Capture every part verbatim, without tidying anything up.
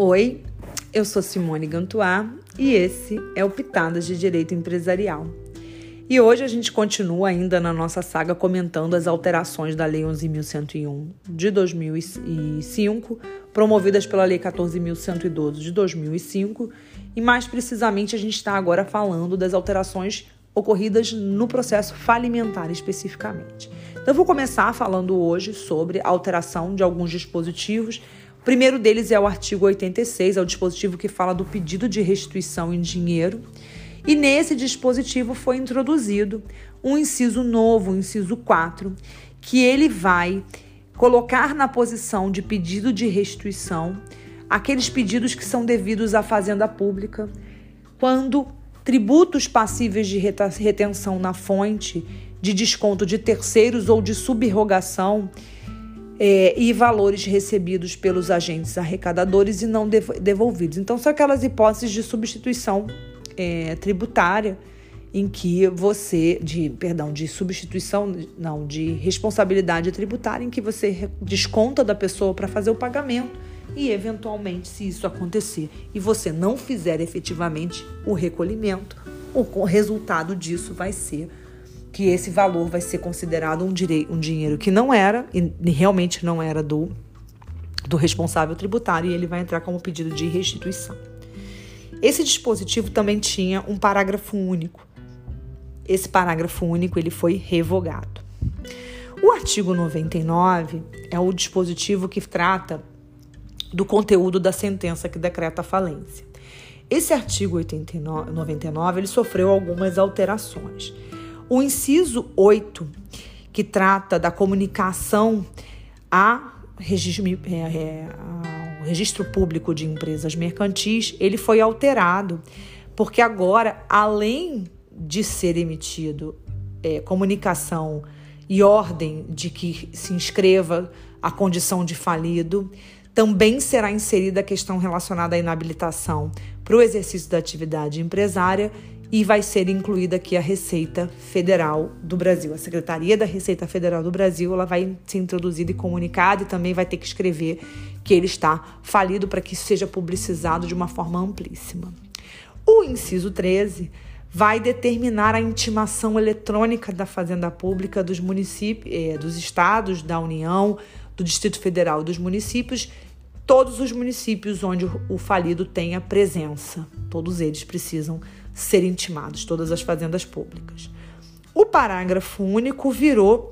Oi, eu sou Simone Gantuá e esse é o Pitadas de Direito Empresarial. E hoje a gente continua ainda na nossa saga comentando as alterações da Lei onze mil cento e um de dois mil e cinco, promovidas pela Lei quatorze mil cento e doze de dois mil e cinco, e mais precisamente a gente está agora falando das alterações ocorridas no processo falimentar especificamente. Então eu vou começar falando hoje sobre a alteração de alguns dispositivos. O primeiro deles é o artigo oitenta e seis, é o dispositivo que fala do pedido de restituição em dinheiro. E nesse dispositivo foi introduzido um inciso novo, o inciso quatro, que ele vai colocar na posição de pedido de restituição aqueles pedidos que são devidos à Fazenda Pública, quando tributos passíveis de retenção na fonte, de desconto de terceiros ou de subrrogação, É, e valores recebidos pelos agentes arrecadadores e não devolvidos. Então, são aquelas hipóteses de substituição é, tributária em que você, de, perdão, de substituição, não, de responsabilidade tributária, em que você desconta da pessoa para fazer o pagamento e, eventualmente, se isso acontecer e você não fizer efetivamente o recolhimento, o resultado disso vai ser que esse valor vai ser considerado um, direi- um dinheiro que não era, e realmente não era do, do responsável tributário, e ele vai entrar como pedido de restituição. Esse dispositivo também tinha um parágrafo único. Esse parágrafo único ele foi revogado. O artigo noventa e nove é o dispositivo que trata do conteúdo da sentença que decreta a falência. Esse artigo oitenta e nove, noventa e nove ele sofreu algumas alterações. O inciso oito, que trata da comunicação a registro, é, é, ao registro público de empresas mercantis, ele foi alterado, porque agora, além de ser emitido é, comunicação e ordem de que se inscreva a condição de falido, também será inserida a questão relacionada à inabilitação para o exercício da atividade empresária, e vai ser incluída aqui a Receita Federal do Brasil. A Secretaria da Receita Federal do Brasil ela vai ser introduzida e comunicada e também vai ter que escrever que ele está falido para que isso seja publicizado de uma forma amplíssima. O inciso treze vai determinar a intimação eletrônica da Fazenda Pública dos municípios, eh, dos estados, da União, do Distrito Federal e dos municípios, todos os municípios onde o falido tenha presença. Todos eles precisam ser intimados, todas as fazendas públicas. O parágrafo único virou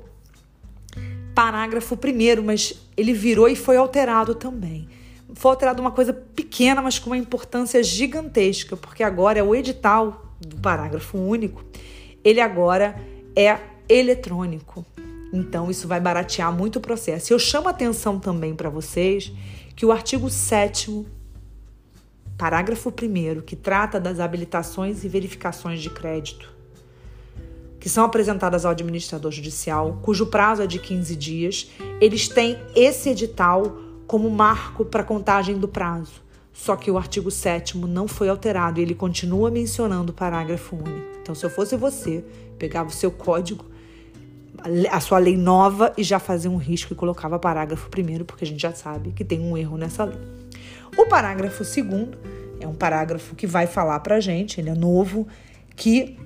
parágrafo primeiro, mas ele virou e foi alterado também. Foi alterado uma coisa pequena, mas com uma importância gigantesca, porque agora é o edital do parágrafo único, ele agora é eletrônico. Então, isso vai baratear muito o processo. Eu chamo a atenção também para vocês que o artigo sétimo, parágrafo primeiro, que trata das habilitações e verificações de crédito, que são apresentadas ao administrador judicial, cujo prazo é de quinze dias, eles têm esse edital como marco para contagem do prazo. Só que o artigo sétimo não foi alterado e ele continua mencionando o parágrafo único. Então, se eu fosse você, pegava o seu código, a sua lei nova e já fazia um risco e colocava parágrafo primeiro, porque a gente já sabe que tem um erro nessa lei. O parágrafo segundo é um parágrafo que vai falar para a gente, ele é novo, que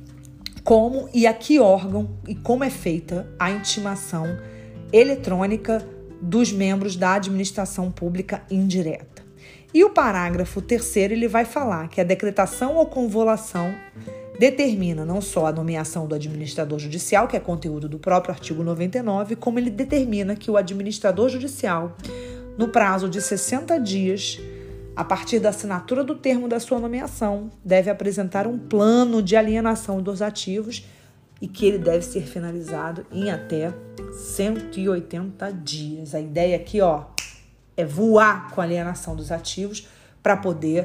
como e a que órgão e como é feita a intimação eletrônica dos membros da administração pública indireta. E o parágrafo terceiro ele vai falar que a decretação ou convolução determina não só a nomeação do administrador judicial, que é conteúdo do próprio artigo noventa e nove, como ele determina que o administrador judicial, no prazo de sessenta dias, a partir da assinatura do termo da sua nomeação, deve apresentar um plano de alienação dos ativos e que ele deve ser finalizado em até cento e oitenta dias. A ideia aqui, ó, é voar com a alienação dos ativos para poder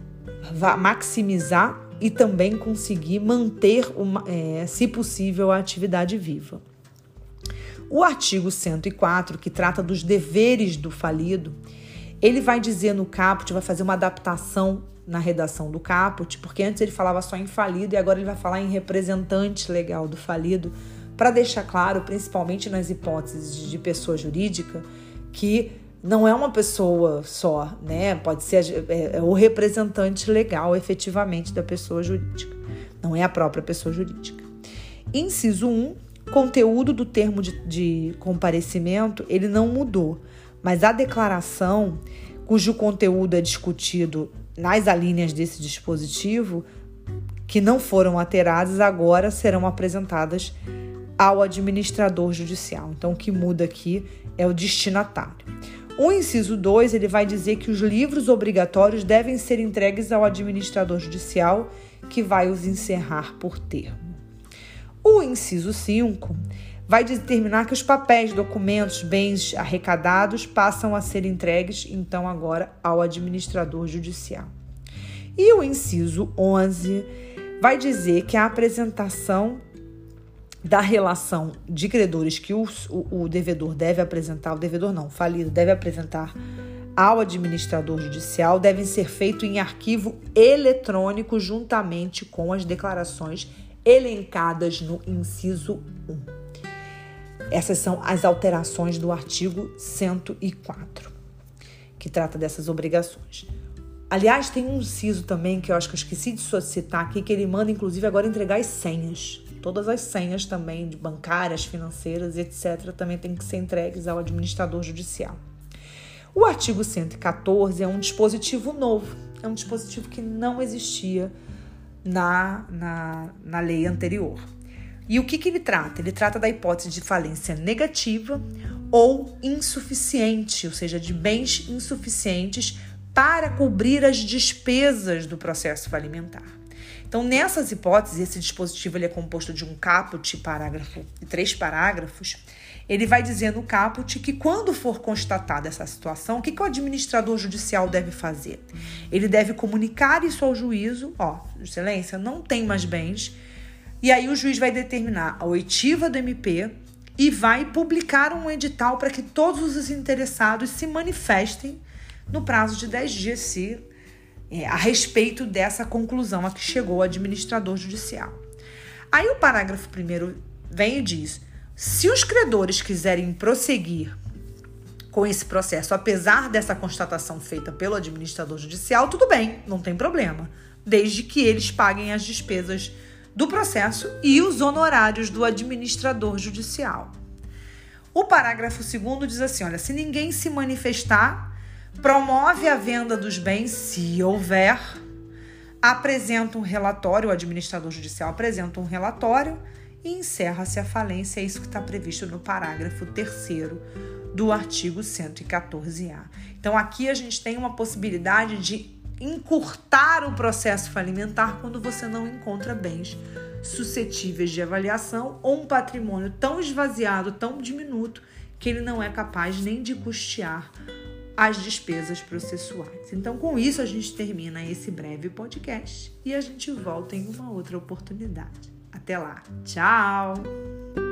maximizar e também conseguir manter, uma, é, se possível, a atividade viva. O artigo cento e quatro, que trata dos deveres do falido, ele vai dizer no caput, vai fazer uma adaptação na redação do caput, porque antes ele falava só em falido e agora ele vai falar em representante legal do falido, para deixar claro, principalmente nas hipóteses de pessoa jurídica, que não é uma pessoa só, né? Pode ser é, é o representante legal, efetivamente, da pessoa jurídica. Não é a própria pessoa jurídica. Inciso um, conteúdo do termo de, de comparecimento, ele não mudou, mas a declaração, cujo conteúdo é discutido nas alíneas desse dispositivo, que não foram alteradas, agora serão apresentadas ao administrador judicial. Então, o que muda aqui é o destinatário. O inciso dois, ele vai dizer que os livros obrigatórios devem ser entregues ao administrador judicial, que vai os encerrar por termo. O inciso cinco vai determinar que os papéis, documentos, bens arrecadados passam a ser entregues, então, agora ao administrador judicial. E o inciso onze vai dizer que a apresentação da relação de credores que o, o, o devedor deve apresentar, o devedor não, o falido deve apresentar ao administrador judicial, devem ser feitos em arquivo eletrônico juntamente com as declarações elencadas no inciso um. Essas são as alterações do artigo cento e quatro, que trata dessas obrigações. Aliás, tem um inciso também que eu acho que eu esqueci de citar aqui, que ele manda, inclusive, agora entregar as senhas. Todas as senhas também, de bancárias, financeiras, etcétera, também tem que ser entregues ao administrador judicial. O artigo cento e quatorze é um dispositivo novo, é um dispositivo que não existia na, na, na lei anterior. E o que, que ele trata? Ele trata da hipótese de falência negativa ou insuficiente, ou seja, de bens insuficientes para cobrir as despesas do processo falimentar. Então, nessas hipóteses, esse dispositivo ele é composto de um caput parágrafo, e três parágrafos. Ele vai dizer no caput que, quando for constatada essa situação, o que, que o administrador judicial deve fazer? Ele deve comunicar isso ao juízo, ó, excelência, não tem mais bens, e aí o juiz vai determinar a oitiva do M P e vai publicar um edital para que todos os interessados se manifestem no prazo de dez dias, se é, a respeito dessa conclusão a que chegou o administrador judicial. Aí o parágrafo primeiro vem e diz: se os credores quiserem prosseguir com esse processo, apesar dessa constatação feita pelo administrador judicial, tudo bem, não tem problema, desde que eles paguem as despesas do processo e os honorários do administrador judicial. O parágrafo segundo diz assim, olha, se ninguém se manifestar, promove a venda dos bens, se houver, apresenta um relatório, o administrador judicial apresenta um relatório e encerra-se a falência. É isso que está previsto no parágrafo terceiro do artigo cento e quatorze A. Então, aqui a gente tem uma possibilidade de encurtar o processo falimentar quando você não encontra bens suscetíveis de avaliação ou um patrimônio tão esvaziado, tão diminuto, que ele não é capaz nem de custear as despesas processuais. Então, com isso, a gente termina esse breve podcast e a gente volta em uma outra oportunidade. Até lá. Tchau!